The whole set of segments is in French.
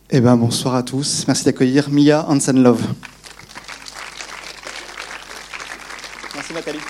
Eh ben, bonsoir à tous. Merci d'accueillir Mia Hansen-Love. Merci Nathalie.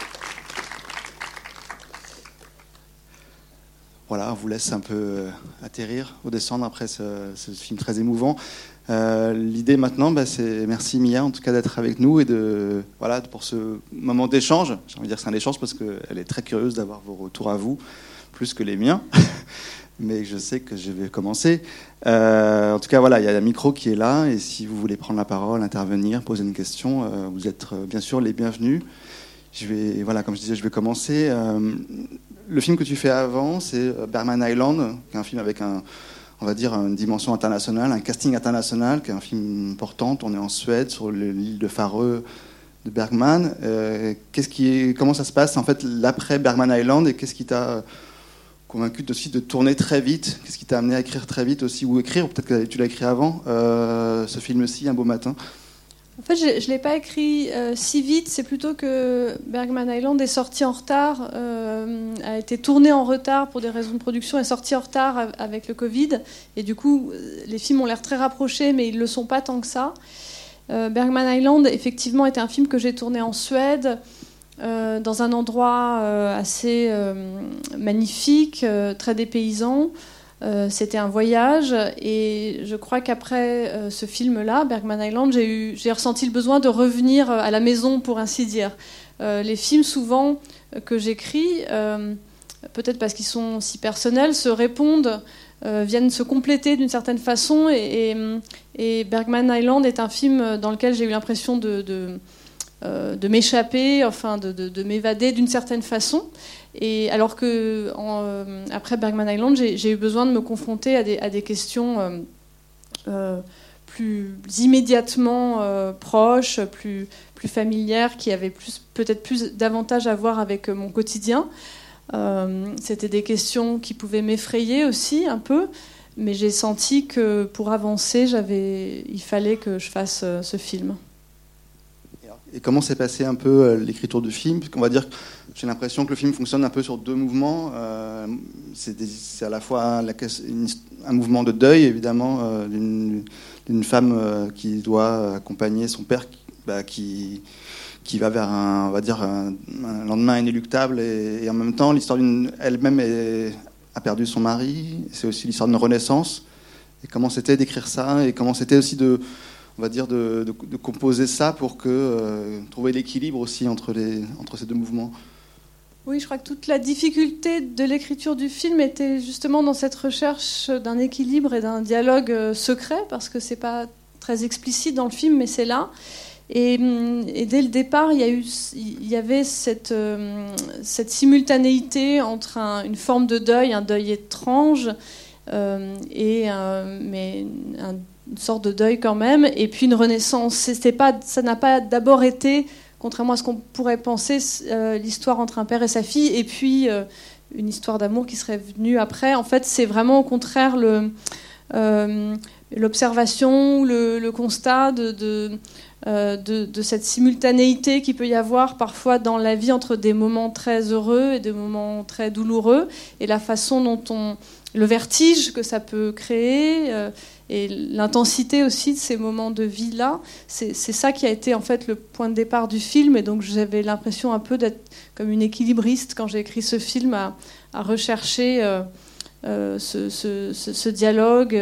Voilà, on vous laisse un peu atterrir ou descendre après ce film très émouvant. L'idée maintenant, c'est merci Mia en tout cas d'être avec nous et pour ce moment d'échange. J'ai envie de dire que c'est un échange parce qu'elle est très curieuse d'avoir vos retours à vous, plus que les miens. Mais je sais que je vais commencer. En tout cas, voilà, il y a un micro qui est là, et si vous voulez prendre la parole, intervenir, poser une question, vous êtes bien sûr les bienvenus. Comme je disais, je vais commencer. Le film que tu fais avant, c'est Bergman Island, qui est un film avec une dimension internationale, un casting international, qui est un film important. On est en Suède, sur l'île de Färö de Bergman. Comment ça se passe en fait l'après Bergman Island, et qu'est-ce qui t'a convaincu aussi de tourner très vite? Qu'est-ce qui t'a amené à écrire très vite aussi, ou peut-être que tu l'as écrit avant, ce film-ci, Un beau matin? En fait, je ne l'ai pas écrit si vite, c'est plutôt que Bergman Island est sorti en retard, a été tourné en retard pour des raisons de production, est sorti en retard avec le Covid, et du coup, les films ont l'air très rapprochés, mais ils ne le sont pas tant que ça. Bergman Island, effectivement, était un film que j'ai tourné en Suède, dans un endroit assez magnifique, très dépaysant. C'était un voyage, et je crois qu'après ce film-là, Bergman Island, j'ai ressenti le besoin de revenir à la maison, pour ainsi dire. Les films, souvent, que j'écris, peut-être parce qu'ils sont si personnels, se répondent, viennent se compléter d'une certaine façon, et Bergman Island est un film dans lequel j'ai eu l'impression de m'échapper, enfin de m'évader d'une certaine façon. Et alors que après Bergman Island, j'ai eu besoin de me confronter à des questions plus immédiatement proches, plus familières, qui avaient peut-être plus davantage à voir avec mon quotidien. C'était des questions qui pouvaient m'effrayer aussi un peu, mais j'ai senti que pour avancer, il fallait que je fasse ce film. Et comment s'est passé un peu l'écriture du film? Parce qu'on va dire, j'ai l'impression que le film fonctionne un peu sur deux mouvements. C'est à la fois un mouvement de deuil, évidemment, d'une femme qui doit accompagner son père, qui va vers un lendemain inéluctable, et en même temps, l'histoire elle-même a perdu son mari. C'est aussi l'histoire d'une renaissance. Et comment c'était d'écrire ça, et comment c'était aussi de composer ça pour trouver l'équilibre aussi entre ces deux mouvements. Oui, je crois que toute la difficulté de l'écriture du film était justement dans cette recherche d'un équilibre et d'un dialogue secret, parce que c'est pas très explicite dans le film, mais c'est là. Et dès le départ, il y avait cette simultanéité entre une forme de deuil, un deuil étrange, mais une sorte de deuil quand même, et puis une renaissance. Ça n'a pas d'abord été, contrairement à ce qu'on pourrait penser, l'histoire entre un père et sa fille, et puis une histoire d'amour qui serait venue après. En fait, c'est vraiment au contraire l'observation, le constat de cette simultanéité qu'il peut y avoir parfois dans la vie entre des moments très heureux et des moments très douloureux, et la façon dont le vertige que ça peut créer, et l'intensité aussi de ces moments de vie-là, c'est ça qui a été en fait le point de départ du film. Et donc j'avais l'impression un peu d'être comme une équilibriste quand j'ai écrit ce film, à rechercher ce dialogue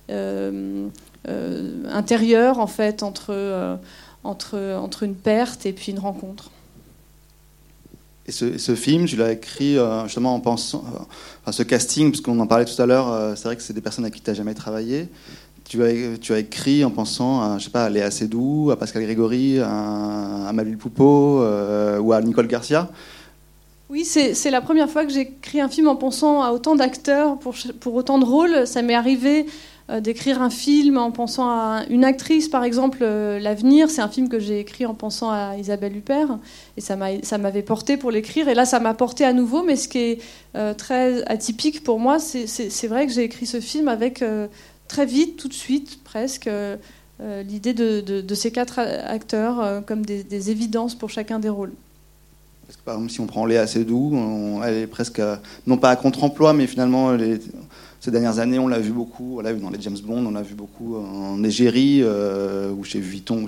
intérieur en fait entre une perte et puis une rencontre. Et ce film, tu l'as écrit justement en pensant à ce casting, parce qu'on en parlait tout à l'heure, c'est vrai que c'est des personnes avec qui tu n'as jamais travaillé. Tu as écrit en pensant à Léa Seydoux, à Pascal Grégory, à Mabile Poupeau ou à Nicole Garcia. Oui, c'est la première fois que j'écris un film en pensant à autant d'acteurs pour autant de rôles. Ça m'est arrivé d'écrire un film en pensant à une actrice, par exemple, L'Avenir. C'est un film que j'ai écrit en pensant à Isabelle Huppert, et ça m'avait porté pour l'écrire, et là ça m'a porté à nouveau. Mais ce qui est très atypique pour moi, c'est vrai que j'ai écrit ce film avec très vite, tout de suite presque, l'idée de ces quatre acteurs comme des évidences pour chacun des rôles. Parce que, par exemple, si on prend Léa Seydoux, elle est presque, non pas à contre-emploi, mais finalement ces dernières années, on l'a vu beaucoup. On l'a vu dans les James Bond, on l'a vu beaucoup en égérie ou chez Vuitton.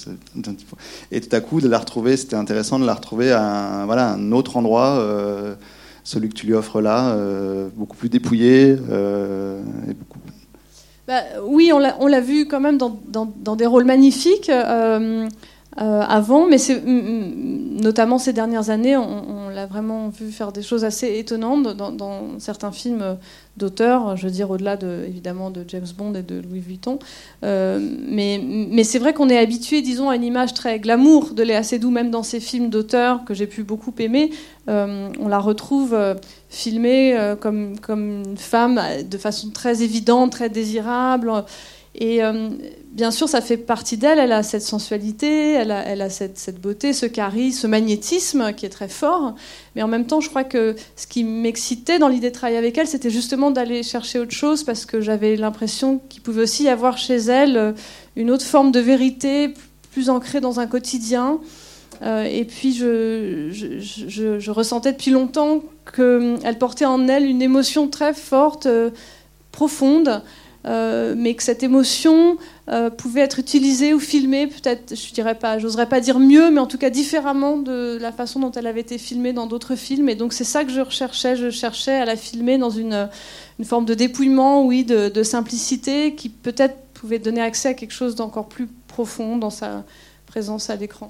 Et tout à coup, de la retrouver, c'était intéressant de la retrouver à un autre endroit, celui que tu lui offres là, beaucoup plus dépouillé. Et beaucoup... Oui, on l'a vu quand même dans des rôles magnifiques. Avant, mais notamment ces dernières années, on l'a vraiment vu faire des choses assez étonnantes dans certains films d'auteurs, je veux dire au-delà évidemment de James Bond et de Louis Vuitton. Mais c'est vrai qu'on est habitué, disons, à une image très glamour de Léa Seydoux, même dans ces films d'auteurs que j'ai pu beaucoup aimer. On la retrouve filmée comme une femme de façon très évidente, très désirable. Et bien sûr, ça fait partie d'elle. Elle a cette sensualité, elle a cette beauté, ce charisme, ce magnétisme qui est très fort. Mais en même temps, je crois que ce qui m'excitait dans l'idée de travailler avec elle, c'était justement d'aller chercher autre chose, parce que j'avais l'impression qu'il pouvait aussi y avoir chez elle une autre forme de vérité, plus ancrée dans un quotidien. Et puis, je ressentais depuis longtemps qu'elle portait en elle une émotion très forte, profonde. Mais que cette émotion pouvait être utilisée ou filmée, peut-être, j'oserais pas dire mieux, mais en tout cas différemment de la façon dont elle avait été filmée dans d'autres films. Et donc c'est ça que je recherchais. Je cherchais à la filmer dans une forme de dépouillement, oui, de simplicité, qui peut-être pouvait donner accès à quelque chose d'encore plus profond dans sa présence à l'écran.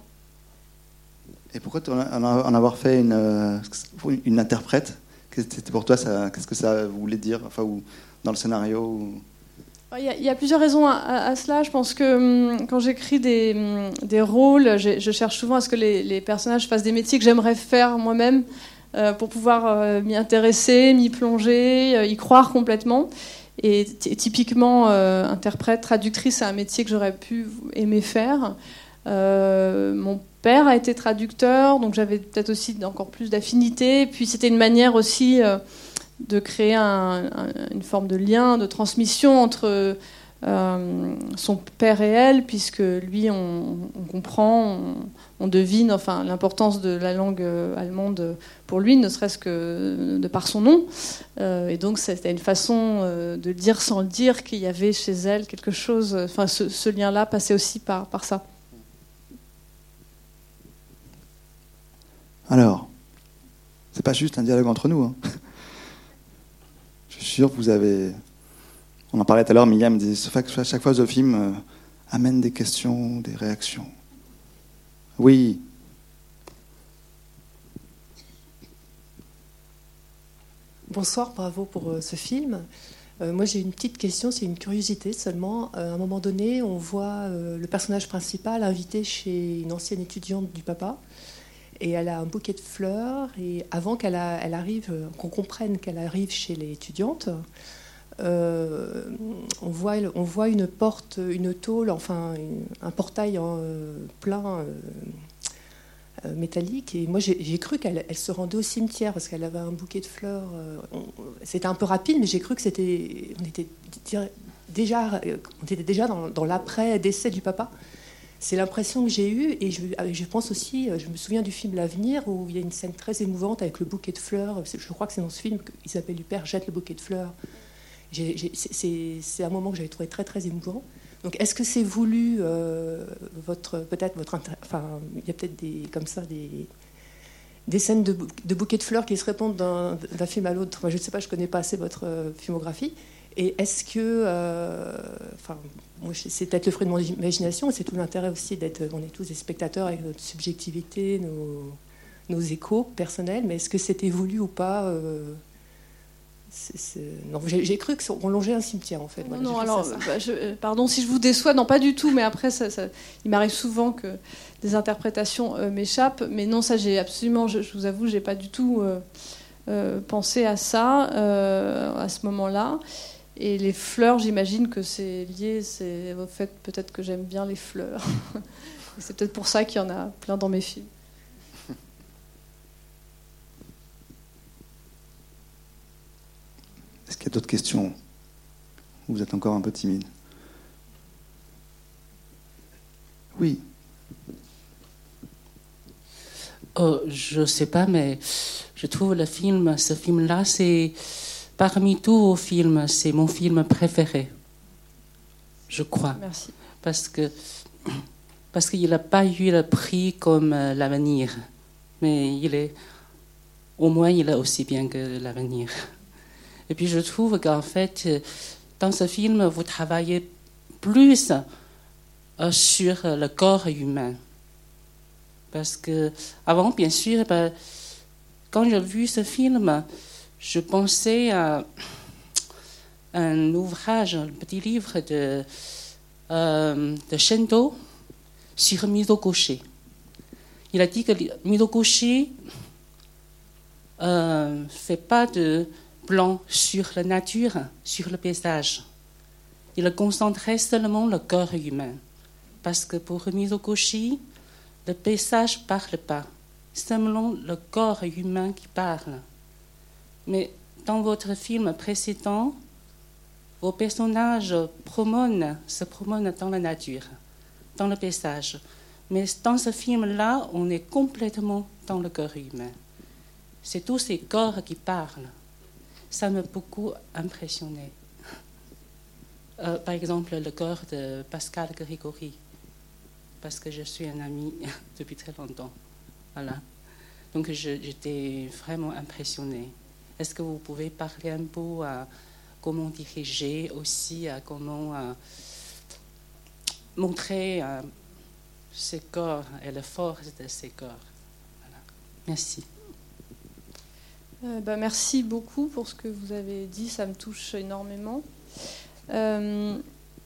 Et pourquoi en avoir fait une interprète? C'était pour toi, qu'est-ce que ça voulait dire, enfin, ou dans le scénario Il y a plusieurs raisons à cela. Je pense que quand j'écris des rôles, je cherche souvent à ce que les personnages fassent des métiers que j'aimerais faire moi-même pour pouvoir m'y intéresser, m'y plonger, y croire complètement. Et typiquement, interprète, traductrice, c'est un métier que j'aurais pu aimer faire. Mon père a été traducteur, donc j'avais peut-être aussi encore plus d'affinité. Puis c'était une manière aussi de créer une forme de lien, de transmission entre son père et elle, puisque lui, on comprend, on devine, enfin, l'importance de la langue allemande pour lui, ne serait-ce que de par son nom. Et donc, c'était une façon de dire sans le dire qu'il y avait chez elle quelque chose. Enfin, ce lien-là passait aussi par ça. Alors, c'est pas juste un dialogue entre nous, hein. Je suis sûr que vous avez... On en parlait tout à l'heure, Mia me disait à chaque fois ce film amène des questions, des réactions. Oui. Bonsoir, bravo pour ce film. Moi j'ai une petite question, c'est une curiosité seulement. À un moment donné, on voit le personnage principal invité chez une ancienne étudiante du papa. Et elle a un bouquet de fleurs. Et avant qu'elle arrive, qu'on comprenne qu'elle arrive chez les étudiantes, on voit une porte, une tôle, enfin un portail plein métallique. Et moi j'ai cru qu'elle se rendait au cimetière parce qu'elle avait un bouquet de fleurs. C'était un peu rapide, mais j'ai cru que on était déjà dans l'après-décès du papa. C'est l'impression que j'ai eue, et je pense aussi, je me souviens du film L'Avenir, où il y a une scène très émouvante avec le bouquet de fleurs. Je crois que c'est dans ce film qu'Isabelle Huppert jette le bouquet de fleurs. C'est un moment que j'avais trouvé très très émouvant. Donc est-ce que c'est voulu, il y a peut-être des scènes de bouquets de fleurs qui se répondent d'un film à l'autre. Moi, je ne sais pas, je ne connais pas assez votre filmographie. Et est-ce que, c'est peut-être le fruit de mon imagination, et c'est tout l'intérêt aussi on est tous des spectateurs avec notre subjectivité, nos échos personnels, mais est-ce que c'était voulu ou pas Non, j'ai cru qu'on longeait un cimetière en fait. Non, alors, pardon si je vous déçois, non pas du tout, mais après, il m'arrive souvent que des interprétations m'échappent, mais non, ça j'ai absolument, je vous avoue, j'ai pas du tout pensé à ça à ce moment-là. Et les fleurs, j'imagine que c'est lié au fait peut-être que j'aime bien les fleurs. Et c'est peut-être pour ça qu'il y en a plein dans mes films. Est-ce qu'il y a d'autres questions? Vous êtes encore un peu timide. Oui. Je ne sais pas, mais je trouve ce film-là, parmi tous vos films, c'est mon film préféré, je crois. Merci. Parce qu'il n'a pas eu le prix comme L'Avenir, mais au moins il est aussi bien que L'Avenir. Et puis je trouve qu'en fait, dans ce film, vous travaillez plus sur le corps humain. Parce que avant, bien sûr, quand j'ai vu ce film, je pensais à un ouvrage, un petit livre de Shendo sur Mizoguchi. Il a dit que Mizoguchi ne fait pas de plan sur la nature, sur le paysage. Il a concentré seulement le corps humain. Parce que pour Mizoguchi, le paysage ne parle pas. C'est seulement le corps humain qui parle. Mais dans votre film précédent, vos personnages se promènent dans la nature, dans le paysage. Mais dans ce film-là, on est complètement dans le corps humain. C'est tous ces corps qui parlent. Ça m'a beaucoup impressionné. Par exemple, le corps de Pascal Grégory, parce que je suis un ami depuis très longtemps. Voilà. Donc j'étais vraiment impressionnée. Est-ce que vous pouvez parler un peu à comment diriger aussi, à comment montrer ces corps et la force de ces corps. Voilà. Merci. Merci beaucoup pour ce que vous avez dit, ça me touche énormément. Ce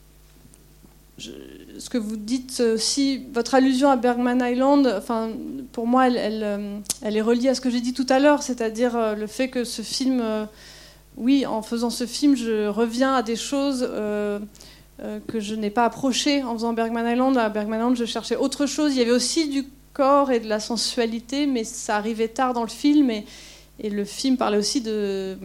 que vous dites aussi, votre allusion à Bergman Island, enfin, pour moi, elle est reliée à ce que j'ai dit tout à l'heure, c'est-à-dire le fait que ce film, oui, en faisant ce film, je reviens à des choses que je n'ai pas approchées en faisant Bergman Island. À Bergman Island, je cherchais autre chose. Il y avait aussi du corps et de la sensualité, mais ça arrivait tard dans le film, et le film parlait aussi de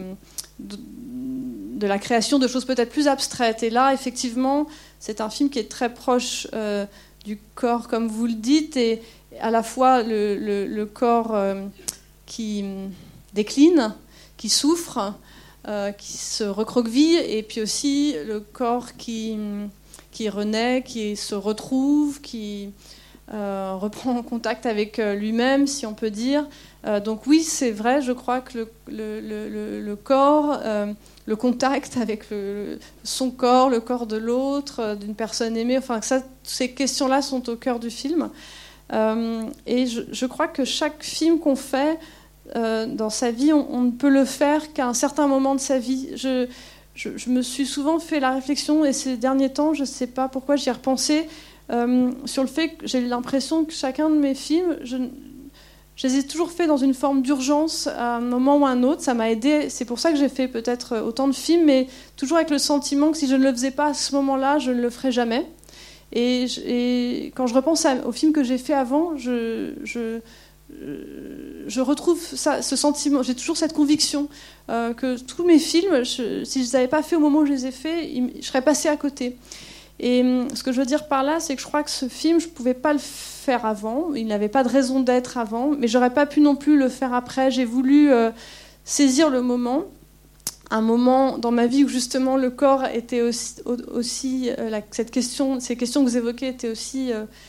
la création de choses peut-être plus abstraites. Et là, effectivement, c'est un film qui est très proche du corps, comme vous le dites, et à la fois le corps qui décline, qui souffre, qui se recroqueville, et puis aussi le corps qui renaît, qui se retrouve, qui reprend contact avec lui-même, si on peut dire. Donc oui, c'est vrai, je crois que le corps, le contact avec son corps, le corps de l'autre, d'une personne aimée, enfin, ces questions-là sont au cœur du film. Et je crois que chaque film qu'on fait dans sa vie, on ne peut le faire qu'à un certain moment de sa vie. Je me suis souvent fait la réflexion, et ces derniers temps, je ne sais pas pourquoi j'y ai repensé, sur le fait que j'ai l'impression que chacun de mes films, je les ai toujours fait dans une forme d'urgence à un moment ou à un autre. Ça m'a aidé. C'est pour ça que j'ai fait peut-être autant de films, mais toujours avec le sentiment que si je ne le faisais pas à ce moment-là, je ne le ferais jamais. Et quand je repense aux films que j'ai fait avant, je retrouve ce sentiment. J'ai toujours cette conviction que tous mes films, si je ne les avais pas fait au moment où je les ai faits, je serais passée à côté. Et ce que je veux dire par là, c'est que je crois que ce film, je ne pouvais pas le faire avant. Il n'avait pas de raison d'être avant, mais je n'aurais pas pu non plus le faire après. J'ai voulu saisir le moment, un moment dans ma vie où justement le corps était aussi ces questions que vous évoquez étaient aussi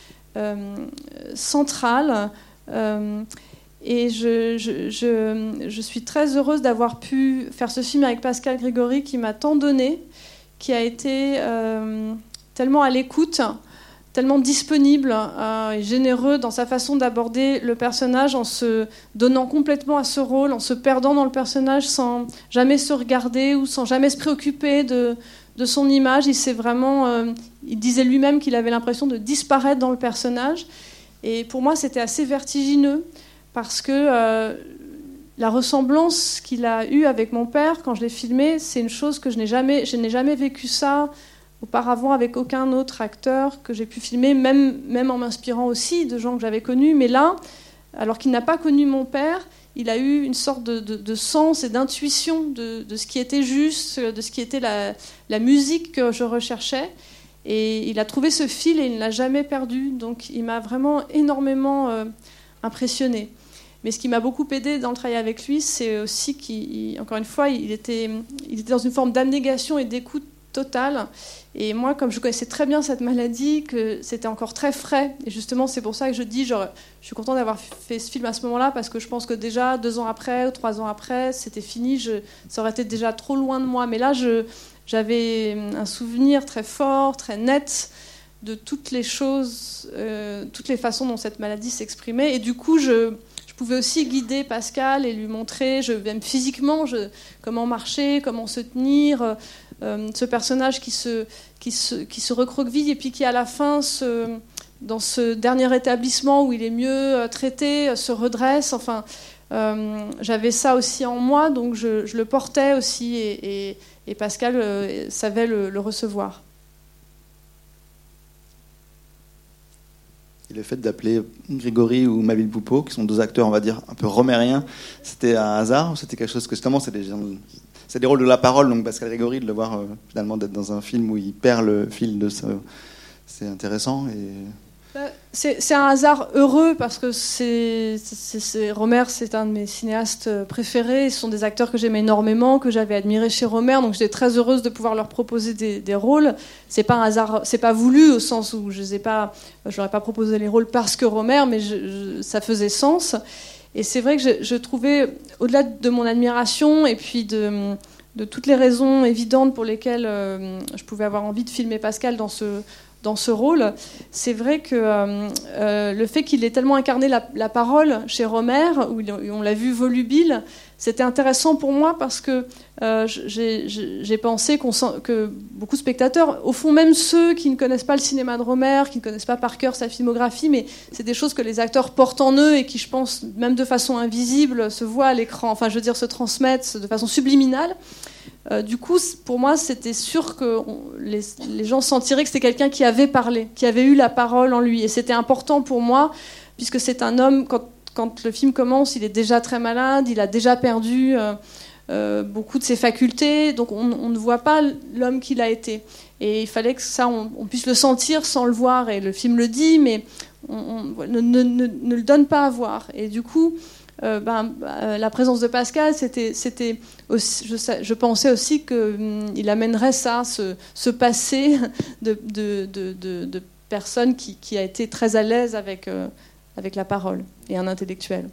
centrales. Et je suis très heureuse d'avoir pu faire ce film avec Pascal Grégory, qui m'a tant donné, qui a été tellement à l'écoute, tellement disponible et généreux dans sa façon d'aborder le personnage, en se donnant complètement à ce rôle, en se perdant dans le personnage sans jamais se regarder ou sans jamais se préoccuper de son image. Il disait lui-même qu'il avait l'impression de disparaître dans le personnage. Et pour moi, c'était assez vertigineux parce que la ressemblance qu'il a eue avec mon père quand je l'ai filmé, c'est une chose que je n'ai jamais vécu ça auparavant avec aucun autre acteur que j'ai pu filmer, même en m'inspirant aussi de gens que j'avais connus. Mais là, alors qu'il n'a pas connu mon père, il a eu une sorte de sens et d'intuition de ce qui était juste, de ce qui était la musique que je recherchais. Et il a trouvé ce fil et il ne l'a jamais perdu. Donc il m'a vraiment énormément impressionnée. Mais ce qui m'a beaucoup aidé dans le travail avec lui, c'est aussi qu'encore une fois, il était dans une forme d'abnégation et d'écoute totale. Et moi, comme je connaissais très bien cette maladie, que c'était encore très frais. Et justement, c'est pour ça que je dis, je suis contente d'avoir fait ce film à ce moment-là, parce que je pense que déjà 2 ans après ou 3 ans après, c'était fini. Ça aurait été déjà trop loin de moi. Mais là, j'avais un souvenir très fort, très net de toutes les choses, toutes les façons dont cette maladie s'exprimait. Et du coup, je pouvais aussi guider Pascal et lui montrer, même physiquement, comment marcher, comment se tenir. Ce personnage qui se recroqueville et puis qui, à la fin, dans ce dernier établissement où il est mieux traité, se redresse. Enfin, j'avais ça aussi en moi, donc je le portais aussi et Pascal savait le recevoir. Et le fait d'appeler Grégory ou Mabile Poupeau, qui sont 2 acteurs, on va dire, un peu romériens, c'était un hasard ou c'était quelque chose que, justement, c'est des rôles de la parole, donc Pascal Grégory, de le voir finalement d'être dans un film où il perd le fil de ça, c'est intéressant. C'est un hasard heureux parce que Rohmer, c'est un de mes cinéastes préférés. Ce sont des acteurs que j'aimais énormément, que j'avais admirés chez Rohmer, donc j'étais très heureuse de pouvoir leur proposer des rôles. C'est pas un hasard, c'est pas voulu au sens où je n'aurais pas proposé les rôles parce que Rohmer, mais ça faisait sens. Et c'est vrai que je trouvais, au-delà de mon admiration et puis de toutes les raisons évidentes pour lesquelles je pouvais avoir envie de filmer Pascal dans ce rôle, c'est vrai que le fait qu'il ait tellement incarné la parole chez Rohmer, où on l'a vu volubile, c'était intéressant pour moi parce que j'ai pensé que beaucoup de spectateurs, au fond même ceux qui ne connaissent pas le cinéma de Rohmer, qui ne connaissent pas par cœur sa filmographie, mais c'est des choses que les acteurs portent en eux et qui, je pense, même de façon invisible, se voient à l'écran, enfin je veux dire se transmettent de façon subliminale. Du coup, pour moi, c'était sûr que les gens sentiraient que c'était quelqu'un qui avait parlé, qui avait eu la parole en lui. Et c'était important pour moi, puisque c'est un homme, quand le film commence, il est déjà très malade, il a déjà perdu beaucoup de ses facultés, donc on ne voit pas l'homme qu'il a été. Et il fallait que ça, on puisse le sentir sans le voir. Et le film le dit, mais ne le donne pas à voir. Et du coup... la présence de Pascal, c'était aussi, je pensais aussi qu'il amènerait ça, ce passé de personne qui a été très à l'aise avec la parole et un intellectuel.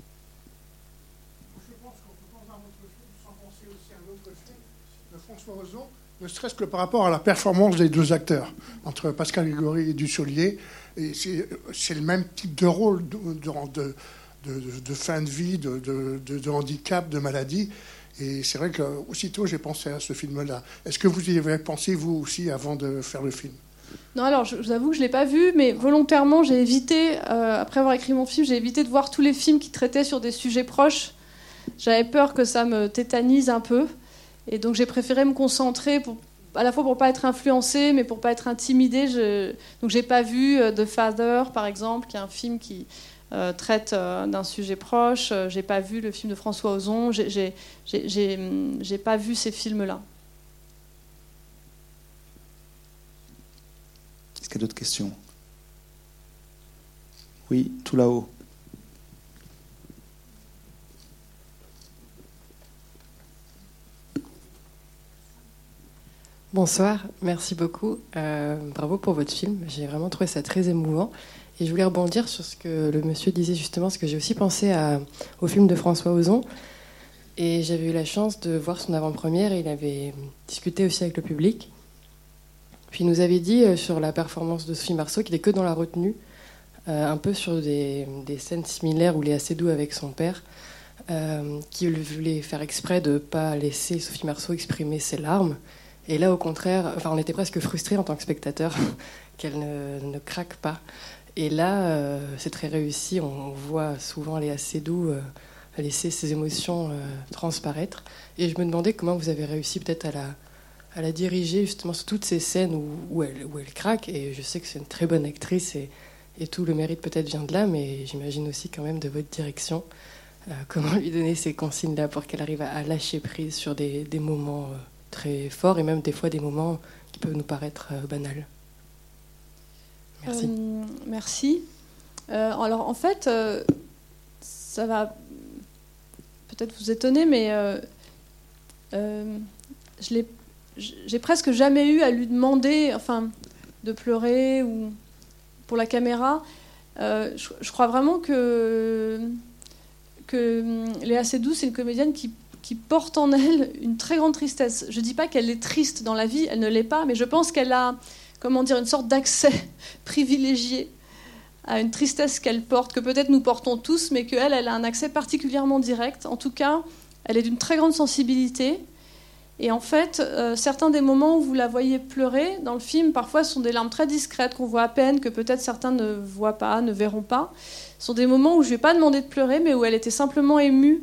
Je pense qu'on peut pas voir notre film sans penser aussi à un autre film de François Ozon, ne serait-ce que par rapport à la performance des 2 acteurs, entre Pascal Grégory et Dussolier. Et c'est le même type de rôle de fin de vie, de handicap, de maladie. Et c'est vrai qu'aussitôt, j'ai pensé à ce film-là. Est-ce que vous y avez pensé, vous aussi, avant de faire le film ? Non, alors, je vous avoue que je ne l'ai pas vu, mais volontairement, j'ai évité, après avoir écrit mon film, j'ai évité de voir tous les films qui traitaient sur des sujets proches. J'avais peur que ça me tétanise un peu. Et donc, j'ai préféré me concentrer, à la fois pour ne pas être influencée, mais pour ne pas être intimidée. Donc, je n'ai pas vu The Father, par exemple, qui est un film qui... traite d'un sujet proche. J'ai pas vu le film de François Ozon. J'ai pas vu ces films-là. Est-ce qu'il y a d'autres questions ? Oui, tout là-haut. Bonsoir, merci beaucoup. Bravo pour votre film. J'ai vraiment trouvé ça très émouvant. Et je voulais rebondir sur ce que le monsieur disait justement, parce que j'ai aussi pensé au film de François Ozon. Et j'avais eu la chance de voir son avant-première et il avait discuté aussi avec le public. Puis il nous avait dit sur la performance de Sophie Marceau qu'il n'est que dans la retenue, un peu sur des scènes similaires où il est assez doux avec son père, qu'il voulait faire exprès de ne pas laisser Sophie Marceau exprimer ses larmes. Et là, au contraire, on était presque frustrés en tant que spectateurs qu'elle ne craque pas. Et là, c'est très réussi. On voit souvent, elle est assez doux, laisser ses émotions transparaître. Et je me demandais comment vous avez réussi peut-être à la diriger justement sur toutes ces scènes où elle craque. Et je sais que c'est une très bonne actrice et tout le mérite peut-être vient de là, mais j'imagine aussi quand même de votre direction. Comment lui donner ces consignes-là pour qu'elle arrive à lâcher prise sur des moments très forts et même des fois des moments qui peuvent nous paraître banals. Merci. Merci. Alors en fait, ça va peut-être vous étonner, mais j'ai presque jamais eu à lui demander, de pleurer ou pour la caméra. Je crois vraiment que Léa Seydoux, c'est une comédienne qui porte en elle une très grande tristesse. Je ne dis pas qu'elle est triste dans la vie, elle ne l'est pas, mais je pense qu'elle a, une sorte d'accès privilégié à une tristesse qu'elle porte, que peut-être nous portons tous, mais qu'elle a un accès particulièrement direct. En tout cas, elle est d'une très grande sensibilité. Et en fait, certains des moments où vous la voyez pleurer dans le film, parfois, sont des larmes très discrètes qu'on voit à peine, que peut-être certains ne voient pas, ne verront pas. Ce sont des moments où je ne lui ai pas demandé de pleurer, mais où elle était simplement émue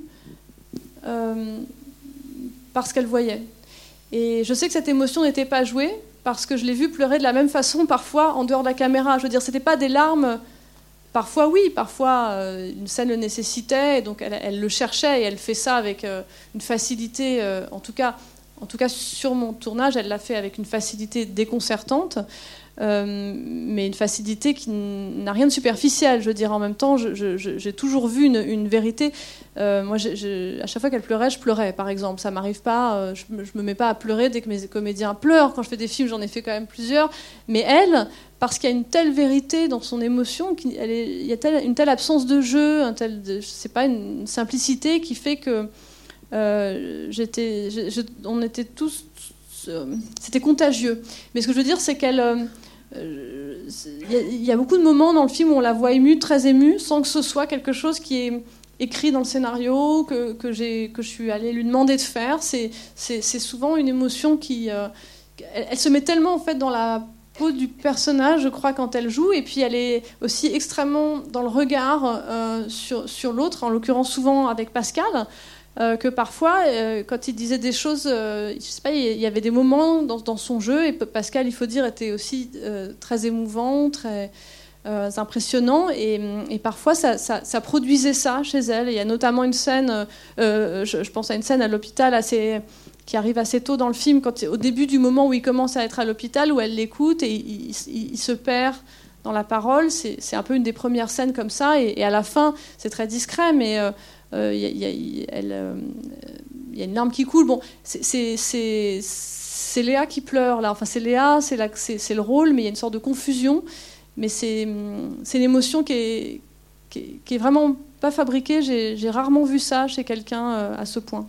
par ce qu'elle voyait. Et je sais que cette émotion n'était pas jouée, parce que je l'ai vue pleurer de la même façon, parfois, en dehors de la caméra. Je veux dire, ce n'était pas des larmes... Parfois, oui, parfois, une scène le nécessitait, et donc elle le cherchait, et elle fait ça avec une facilité, en tout cas, sur mon tournage, elle l'a fait avec une facilité déconcertante, mais une facilité qui n'a rien de superficiel. Je veux dire, en même temps, j'ai toujours vu une vérité. Moi, à chaque fois qu'elle pleurait, je pleurais, par exemple. Ça m'arrive pas, je me mets pas à pleurer dès que mes comédiens pleurent. Quand je fais des films, j'en ai fait quand même plusieurs. Mais elle, parce qu'il y a une telle vérité dans son émotion, il y a une telle absence de jeu, c'est pas une simplicité qui fait que on était tous, c'était contagieux. Mais ce que je veux dire, c'est qu'elle, il y a beaucoup de moments dans le film où on la voit émue, très émue, sans que ce soit quelque chose qui est écrit dans le scénario, que je suis allée lui demander de faire. C'est souvent une émotion qui, elle se met tellement en fait dans la peau du personnage, je crois, quand elle joue, et puis elle est aussi extrêmement dans le regard sur l'autre, en l'occurrence souvent avec Pascal, que parfois, quand il disait des choses, je sais pas, il y avait des moments dans son jeu, et Pascal, il faut dire, était aussi très émouvant, très impressionnant, et parfois ça produisait ça chez elle. Et il y a notamment une scène, je pense à une scène à l'hôpital qui arrive assez tôt dans le film, au début du moment où il commence à être à l'hôpital, où elle l'écoute et il se perd dans la parole. C'est un peu une des premières scènes comme ça, et à la fin, c'est très discret, mais il y a une larme qui coule. Bon, c'est Léa qui pleure, là. Enfin, c'est Léa, c'est le rôle, mais il y a une sorte de confusion. Mais c'est une émotion qui est vraiment pas fabriquée. J'ai rarement vu ça chez quelqu'un à ce point.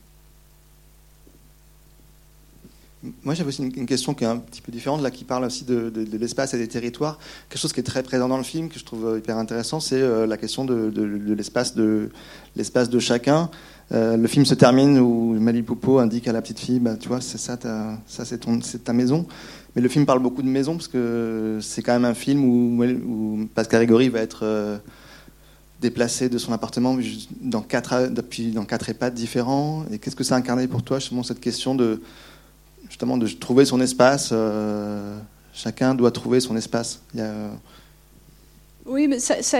Moi, j'avais aussi une question qui est un petit peu différente, là, qui parle aussi de l'espace et des territoires. Quelque chose qui est très présent dans le film, que je trouve hyper intéressant, c'est la question de l'espace de chacun. Le film se termine où Mali Poupeau indique à la petite fille, bah, tu vois, c'est ça, c'est ta maison. Mais le film parle beaucoup de maison, parce que c'est quand même un film où Pascal Grégory va être déplacé de son appartement dans 4 EHPAD différents. Et qu'est-ce que ça a incarné pour toi, justement, cette question de trouver son espace? Chacun doit trouver son espace. Oui, mais ça a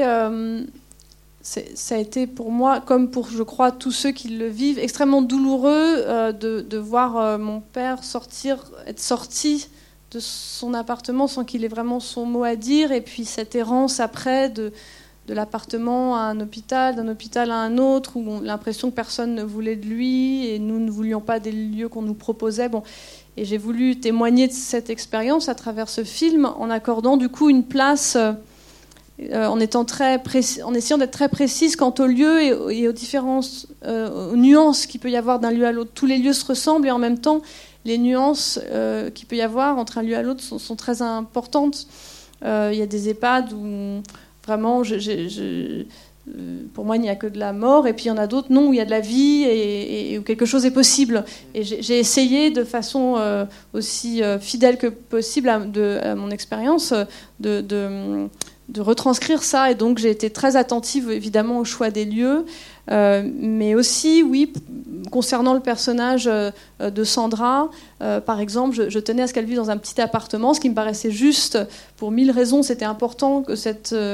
été pour moi, comme pour, je crois, tous ceux qui le vivent, extrêmement douloureux de voir mon père être sorti de son appartement sans qu'il ait vraiment son mot à dire, et puis cette errance après de l'appartement à un hôpital, d'un hôpital à un autre, où l'impression que personne ne voulait de lui, et nous ne voulions pas des lieux qu'on nous proposait. Bon. Et j'ai voulu témoigner de cette expérience à travers ce film, en accordant du coup une place, en essayant d'être très précise quant aux lieux et aux différences, aux nuances qu'il peut y avoir d'un lieu à l'autre. Tous les lieux se ressemblent, et en même temps, les nuances qu'il peut y avoir entre un lieu à l'autre sont très importantes. Il y a des EHPAD où vraiment, pour moi, il n'y a que de la mort. Et puis, il y en a d'autres, non, où il y a de la vie et où quelque chose est possible. Et j'ai essayé, de façon aussi fidèle que possible à mon expérience, de retranscrire ça. Et donc, j'ai été très attentive, évidemment, au choix des lieux. Mais aussi, oui, concernant le personnage de Sandra, par exemple, je tenais à ce qu'elle vive dans un petit appartement, ce qui me paraissait juste pour 1000 raisons. C'était important que cette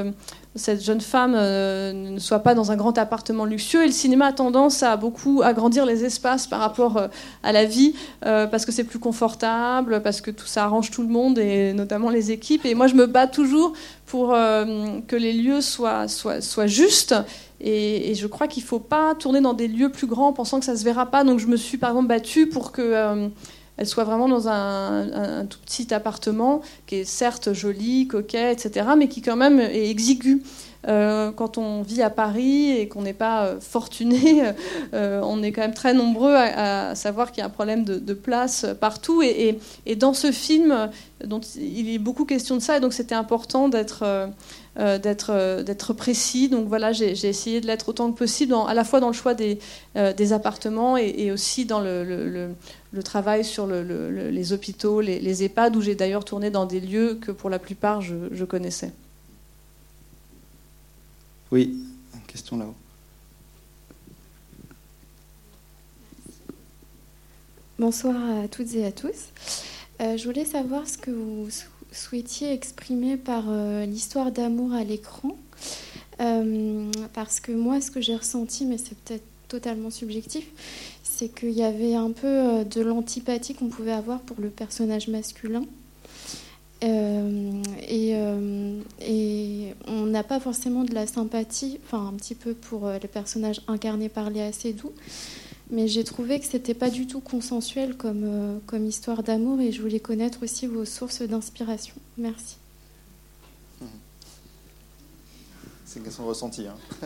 cette jeune femme ne soit pas dans un grand appartement luxueux. Et le cinéma a tendance à beaucoup agrandir les espaces par rapport à la vie, parce que c'est plus confortable, parce que tout ça arrange tout le monde, et notamment les équipes. Et moi, je me bats toujours pour que les lieux soient justes. Et je crois qu'il ne faut pas tourner dans des lieux plus grands en pensant que ça ne se verra pas. Donc je me suis par exemple battue pour que... elle soit vraiment dans un tout petit appartement qui est certes joli, coquet, etc., mais qui quand même est exigu. Quand on vit à Paris et qu'on n'est pas fortuné, on est quand même très nombreux à savoir qu'il y a un problème de place partout. Et dans ce film, dont il est beaucoup question de ça, et donc c'était important d'être précis. Donc voilà, j'ai essayé de l'être autant que possible, à la fois dans le choix des appartements et aussi dans le travail sur les hôpitaux, les EHPAD, où j'ai d'ailleurs tourné dans des lieux que pour la plupart je connaissais. Oui, une question là-haut. Bonsoir à toutes et à tous. Je voulais savoir ce que vous souhaitiez exprimer par l'histoire d'amour à l'écran. Parce que moi, ce que j'ai ressenti, mais c'est peut-être totalement subjectif, c'est qu'il y avait un peu de l'antipathie qu'on pouvait avoir pour le personnage masculin. Et on n'a pas forcément de la sympathie, enfin un petit peu pour les personnages incarnés par Léa Seydoux, mais j'ai trouvé que c'était pas du tout consensuel comme histoire d'amour, et je voulais connaître aussi vos sources d'inspiration. Merci. C'est une question de ressenti.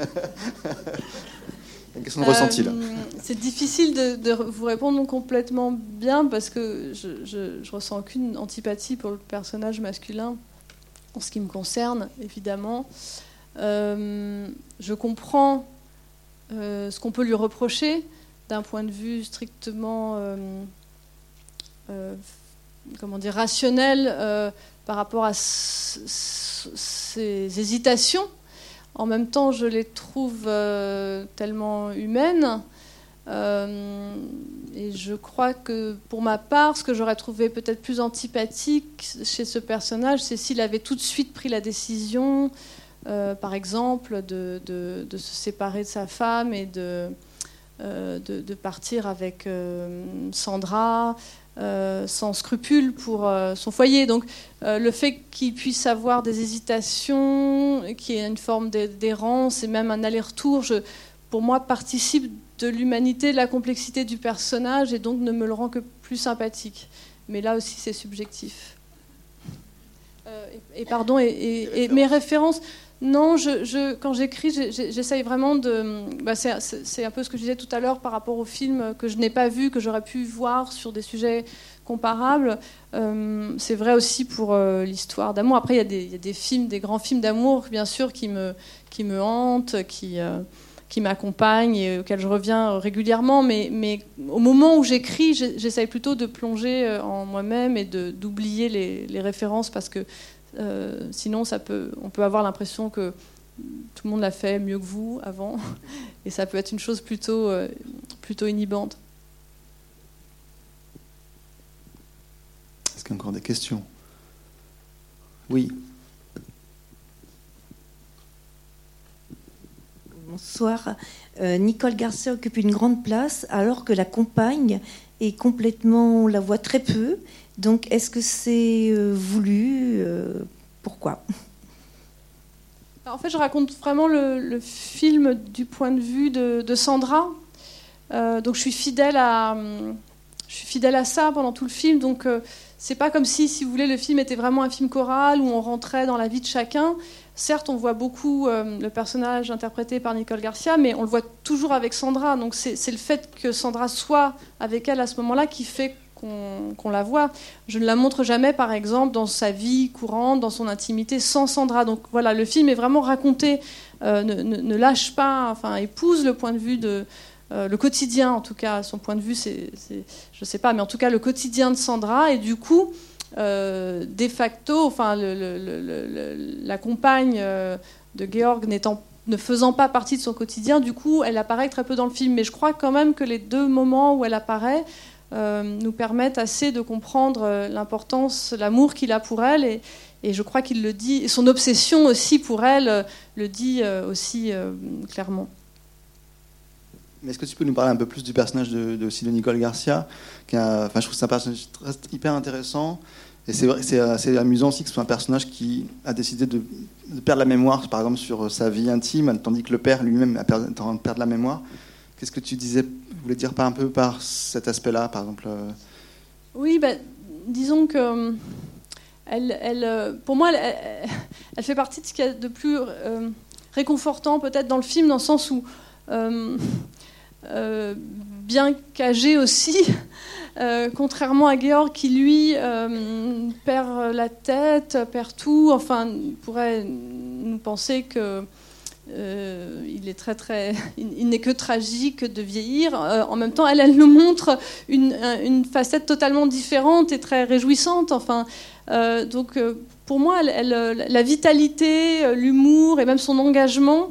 Une question de ressenti, là. C'est difficile de vous répondre complètement bien, parce que je ressens aucune antipathie pour le personnage masculin, en ce qui me concerne, évidemment. Je comprends ce qu'on peut lui reprocher d'un point de vue strictement rationnel par rapport à ses hésitations. En même temps, je les trouve tellement humaines. Et je crois que, pour ma part, ce que j'aurais trouvé peut-être plus antipathique chez ce personnage, c'est s'il avait tout de suite pris la décision, par exemple, de se séparer de sa femme et de partir avec Sandra, sans scrupule pour son foyer. Donc le fait qu'il puisse avoir des hésitations, qu'il y ait une forme d'errance et même un aller-retour, pour moi, participe de l'humanité, de la complexité du personnage, et donc ne me le rend que plus sympathique. Mais là aussi, c'est subjectif. Pardon, mes références... Non, quand j'écris, j'essaye vraiment de... c'est un peu ce que je disais tout à l'heure par rapport aux films que je n'ai pas vus, que j'aurais pu voir sur des sujets comparables. C'est vrai aussi pour l'histoire d'amour. Après, il y a des films, des grands films d'amour, bien sûr, qui me hantent, qui m'accompagnent et auxquels je reviens régulièrement. Mais au moment où j'écris, j'essaye plutôt de plonger en moi-même et d'oublier les références, parce que sinon, on peut avoir l'impression que tout le monde l'a fait mieux que vous avant, et ça peut être une chose plutôt inhibante. Est-ce qu'il y a encore des questions ? Oui. Bonsoir. Nicole Garcia occupe une grande place, alors que la compagne est complètement... On la voit très peu. Donc, est-ce que c'est voulu Pourquoi ? En fait, je raconte vraiment le film du point de vue de Sandra. Donc, je suis fidèle à ça pendant tout le film. Donc, c'est pas comme si vous voulez, le film était vraiment un film choral où on rentrait dans la vie de chacun. Certes, on voit beaucoup le personnage interprété par Nicole Garcia, mais on le voit toujours avec Sandra. Donc, c'est le fait que Sandra soit avec elle à ce moment-là qui fait qu'on la voit. Je ne la montre jamais, par exemple, dans sa vie courante, dans son intimité, sans Sandra. Donc voilà, le film est vraiment raconté, ne lâche pas, enfin épouse le point de vue le quotidien, en tout cas, son point de vue, je sais pas, mais en tout cas le quotidien de Sandra, et du coup, de facto, enfin la compagne de Georg ne faisant pas partie de son quotidien, du coup, elle apparaît très peu dans le film. Mais je crois quand même que les deux moments où elle apparaît nous permettent assez de comprendre l'importance, l'amour qu'il a pour elle, Et je crois qu'il le dit, et son obsession aussi pour elle le dit aussi clairement. Mais est-ce que tu peux nous parler un peu plus du personnage aussi de Nicole Garcia je trouve que c'est un personnage hyper intéressant. Et c'est assez amusant aussi que ce soit un personnage qui a décidé de perdre la mémoire, par exemple, sur sa vie intime, tandis que le père lui-même a perdu la mémoire. Qu'est-ce que tu voulais dire un peu par cet aspect-là, par exemple Oui, disons que pour moi, elle fait partie de ce qu'il y a de plus réconfortant peut-être dans le film, dans le sens où, bien qu'âgée aussi, contrairement à Georg qui lui perd la tête, perd tout, enfin, on pourrait nous penser que il est il n'est que tragique de vieillir. En même temps, elle nous montre une facette totalement différente et très réjouissante. Enfin, donc, pour moi, la vitalité, l'humour et même son engagement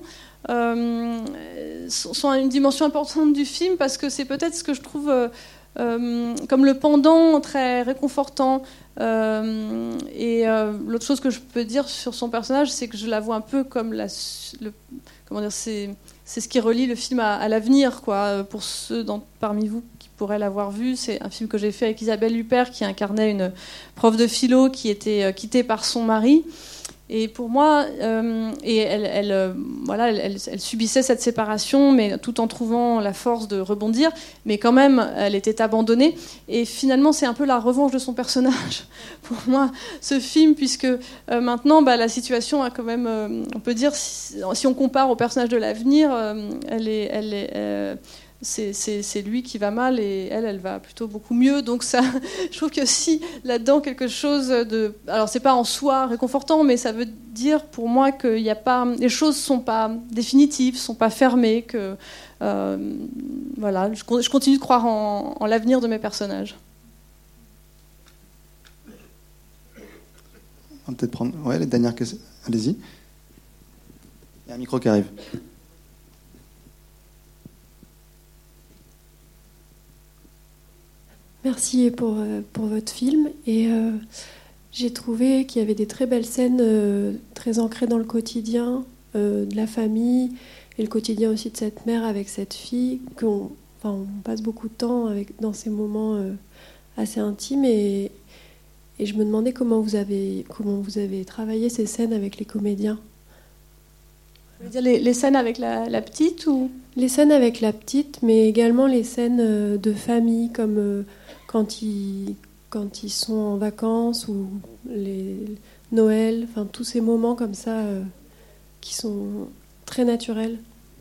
sont une dimension importante du film, parce que c'est peut-être ce que je trouve comme le pendant très réconfortant. Et l'autre chose que je peux dire sur son personnage, c'est que je la vois un peu comme comment dire, c'est ce qui relie le film à l'avenir, quoi. Pour ceux parmi vous qui pourraient l'avoir vu, c'est un film que j'ai fait avec Isabelle Huppert, qui incarnait une prof de philo qui était quittée par son mari. Et pour moi, elle subissait cette séparation, mais tout en trouvant la force de rebondir. Mais quand même, elle était abandonnée. Et finalement, c'est un peu la revanche de son personnage, pour moi, ce film, puisque maintenant, la situation a quand même, on peut dire, si on compare au personnage de l'avenir, c'est lui qui va mal et elle va plutôt beaucoup mieux. Donc ça, je trouve que si là-dedans quelque chose de... Alors c'est pas en soi réconfortant, mais ça veut dire pour moi que les choses sont pas définitives, sont pas fermées, que voilà, je continue de croire en l'avenir de mes personnages. On va peut-être prendre les dernières questions. Allez-y. Il y a un micro qui arrive. Merci pour votre film. Et j'ai trouvé qu'il y avait des très belles scènes très ancrées dans le quotidien de la famille et le quotidien aussi de cette mère avec cette fille. On passe beaucoup de temps dans ces moments assez intimes. Et je me demandais comment vous avez travaillé ces scènes avec les comédiens. Vous voulez dire les scènes avec la petite ou... Les scènes avec la petite, mais également les scènes de famille, comme quand ils sont en vacances, ou les Noël, enfin tous ces moments comme ça qui sont très naturels.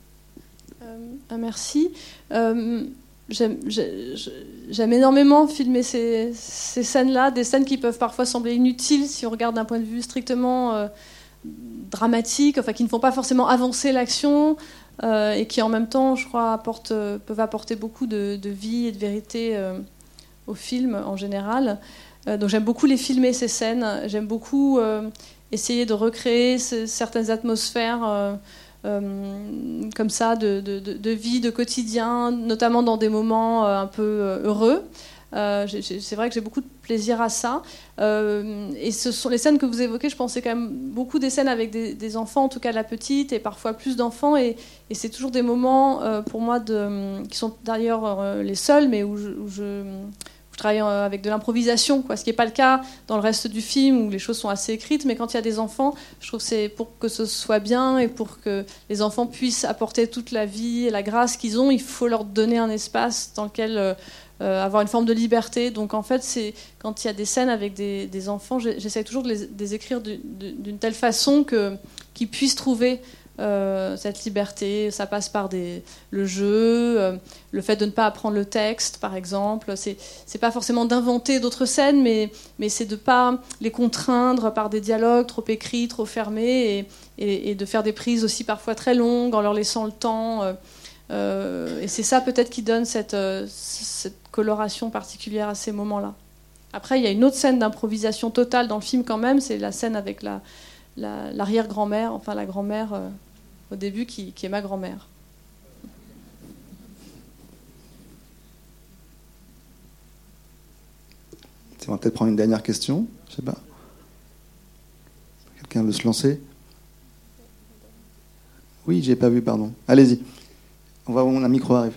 Merci. J'aime énormément filmer ces scènes-là, des scènes qui peuvent parfois sembler inutiles si on regarde d'un point de vue strictement dramatique, enfin qui ne font pas forcément avancer l'action. Et qui en même temps, je crois, peuvent apporter beaucoup de vie et de vérité au film en général. Donc j'aime beaucoup les filmer, ces scènes. J'aime beaucoup essayer de recréer certaines atmosphères comme ça, de vie, de quotidien, notamment dans des moments un peu heureux. C'est vrai que j'ai beaucoup de plaisir à ça. Et ce sont les scènes que vous évoquez, je pense, c'est quand même beaucoup des scènes avec des enfants, en tout cas la petite, et parfois plus d'enfants. Et c'est toujours des moments, pour moi, qui sont d'ailleurs les seuls, mais où je travaille avec de l'improvisation, quoi, ce qui n'est pas le cas dans le reste du film, où les choses sont assez écrites. Mais quand il y a des enfants, je trouve que c'est pour que ce soit bien et pour que les enfants puissent apporter toute la vie et la grâce qu'ils ont, il faut leur donner un espace dans lequel... avoir une forme de liberté. Donc en fait, c'est quand il y a des scènes avec des enfants, j'essaie toujours de les écrire d'une telle façon qu'ils puissent trouver cette liberté. Ça passe par le jeu, le fait de ne pas apprendre le texte, par exemple. C'est pas forcément d'inventer d'autres scènes, mais c'est de ne pas les contraindre par des dialogues trop écrits, trop fermés, et de faire des prises aussi parfois très longues en leur laissant le temps. Et c'est ça peut-être qui donne cette coloration particulière à ces moments-là. Après, il y a une autre scène d'improvisation totale dans le film quand même, c'est la scène avec l'arrière-grand-mère, enfin la grand-mère au début qui est ma grand-mère. On va peut-être prendre une dernière question, je sais pas. quelqu'un veut se lancer? Oui, j'ai pas vu, pardon. Allez-y. Un micro arrive.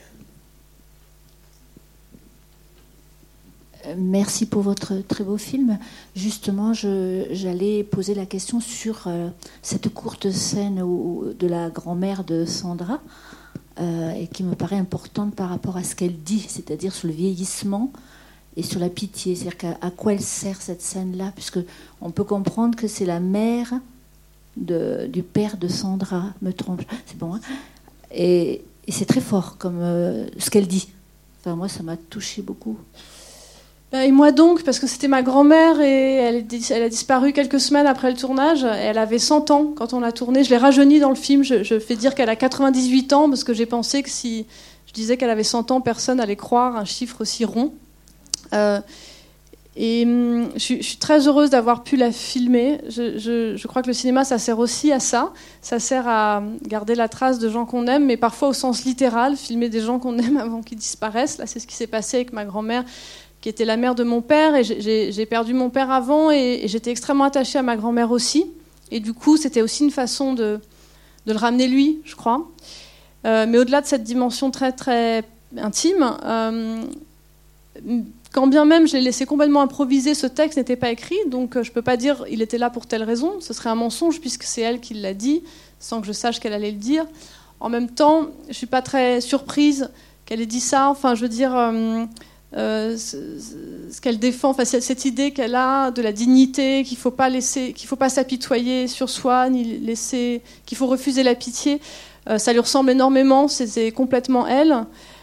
Merci pour votre très beau film. Justement, j'allais poser la question sur cette courte scène de la grand-mère de Sandra, et qui me paraît importante par rapport à ce qu'elle dit, c'est-à-dire sur le vieillissement et sur la pitié. C'est-à-dire à quoi elle sert cette scène-là, puisque on peut comprendre que c'est la mère du père de Sandra, me trompe, c'est bon, hein, et c'est très fort comme ce qu'elle dit. Enfin, moi, ça m'a touchée beaucoup. Et moi donc, parce que c'était ma grand-mère et elle a disparu quelques semaines après le tournage. Elle avait 100 ans quand on l'a tournée. Je l'ai rajeunie dans le film. Je fais dire qu'elle a 98 ans parce que j'ai pensé que si je disais qu'elle avait 100 ans, personne n'allait croire un chiffre aussi rond. Je suis très heureuse d'avoir pu la filmer. Je crois que le cinéma, ça sert aussi à ça. Ça sert à garder la trace de gens qu'on aime, mais parfois au sens littéral, filmer des gens qu'on aime avant qu'ils disparaissent. Là, c'est ce qui s'est passé avec ma grand-mère, qui était la mère de mon père, et j'ai perdu mon père avant, et j'étais extrêmement attachée à ma grand-mère aussi. Et du coup, c'était aussi une façon de le ramener lui, je crois. Mais au-delà de cette dimension très, très intime, quand bien même je l'ai laissé complètement improviser, ce texte n'était pas écrit, donc je ne peux pas dire il était là pour telle raison, ce serait un mensonge puisque c'est elle qui l'a dit, sans que je sache qu'elle allait le dire. En même temps, je ne suis pas très surprise qu'elle ait dit ça, enfin je veux dire... ce qu'elle défend, enfin, cette idée qu'elle a de la dignité, qu'il faut pas s'apitoyer sur soi, qu'il faut refuser la pitié, ça lui ressemble énormément, c'est complètement elle.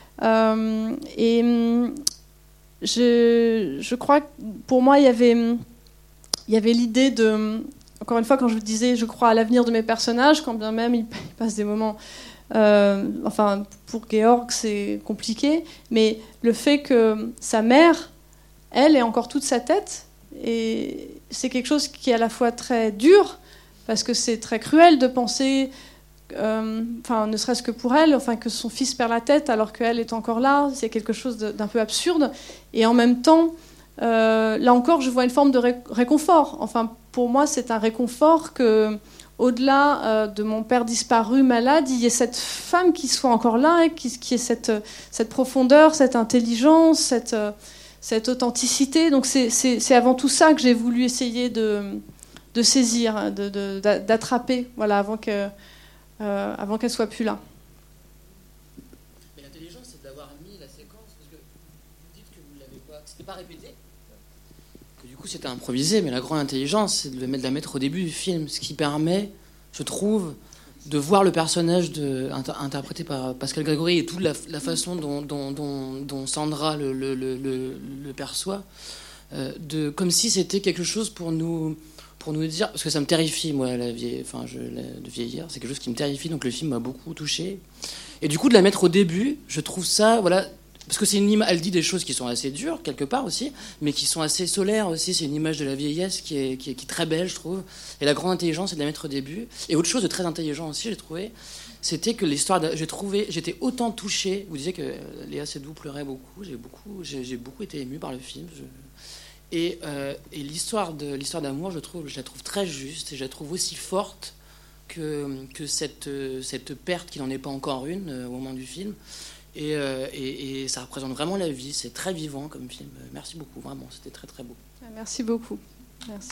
Je crois que pour moi il y avait l'idée de, encore une fois, quand je vous disais je crois à l'avenir de mes personnages, quand bien même ils passent des moments enfin, pour Georg, c'est compliqué, mais le fait que sa mère, elle, ait encore toute sa tête, et c'est quelque chose qui est à la fois très dur, parce que c'est très cruel de penser, enfin, ne serait-ce que pour elle, enfin, que son fils perd la tête alors qu'elle est encore là, c'est quelque chose d'un peu absurde, et en même temps, là encore, je vois une forme de réconfort. Enfin, pour moi, c'est un réconfort que... Au-delà de mon père disparu, malade, il y a cette femme qui soit encore là, et qui ait cette profondeur, cette intelligence, cette authenticité. Donc c'est avant tout ça que j'ai voulu essayer de saisir, d'attraper, voilà, avant qu'elle soit plus là. Mais l'intelligence, c'est d'avoir mis la séquence, parce que vous dites que vous l'avez pas, que c'était pas répété. Du coup, c'était improvisé, mais la grande intelligence, c'est de la mettre au début du film, ce qui permet, je trouve, de voir le personnage interprété par Pascal Grégory et toute la façon dont Sandra le perçoit, comme si c'était quelque chose pour nous dire, parce que ça me terrifie, moi, de vieillir, c'est quelque chose qui me terrifie, donc le film m'a beaucoup touché. Et du coup, de la mettre au début, je trouve ça, voilà... Parce que c'est elle dit des choses qui sont assez dures, quelque part aussi, mais qui sont assez solaires aussi. C'est une image de la vieillesse qui est très belle, je trouve. Et la grande intelligence, c'est de la mettre au début. Et autre chose de très intelligent aussi, j'ai trouvé, c'était que l'histoire... J'étais autant touché. Vous disiez que Léa Seydoux pleurait beaucoup. J'ai beaucoup été ému par le film. Et l'histoire d'amour, je la trouve très juste. Et je la trouve aussi forte que cette perte, qui n'en est pas encore une au moment du film. Et ça représente vraiment la vie, c'est très vivant comme film. Merci beaucoup, vraiment, c'était très très beau. Merci beaucoup. Merci.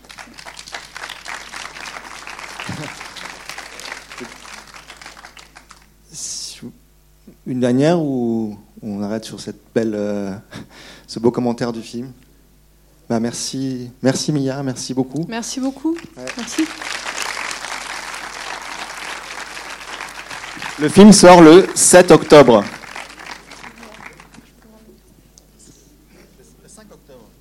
Une dernière ou on arrête sur cette ce beau commentaire du film. Merci Mia, merci beaucoup. Merci beaucoup. Ouais. Merci. Le film sort le 7 octobre.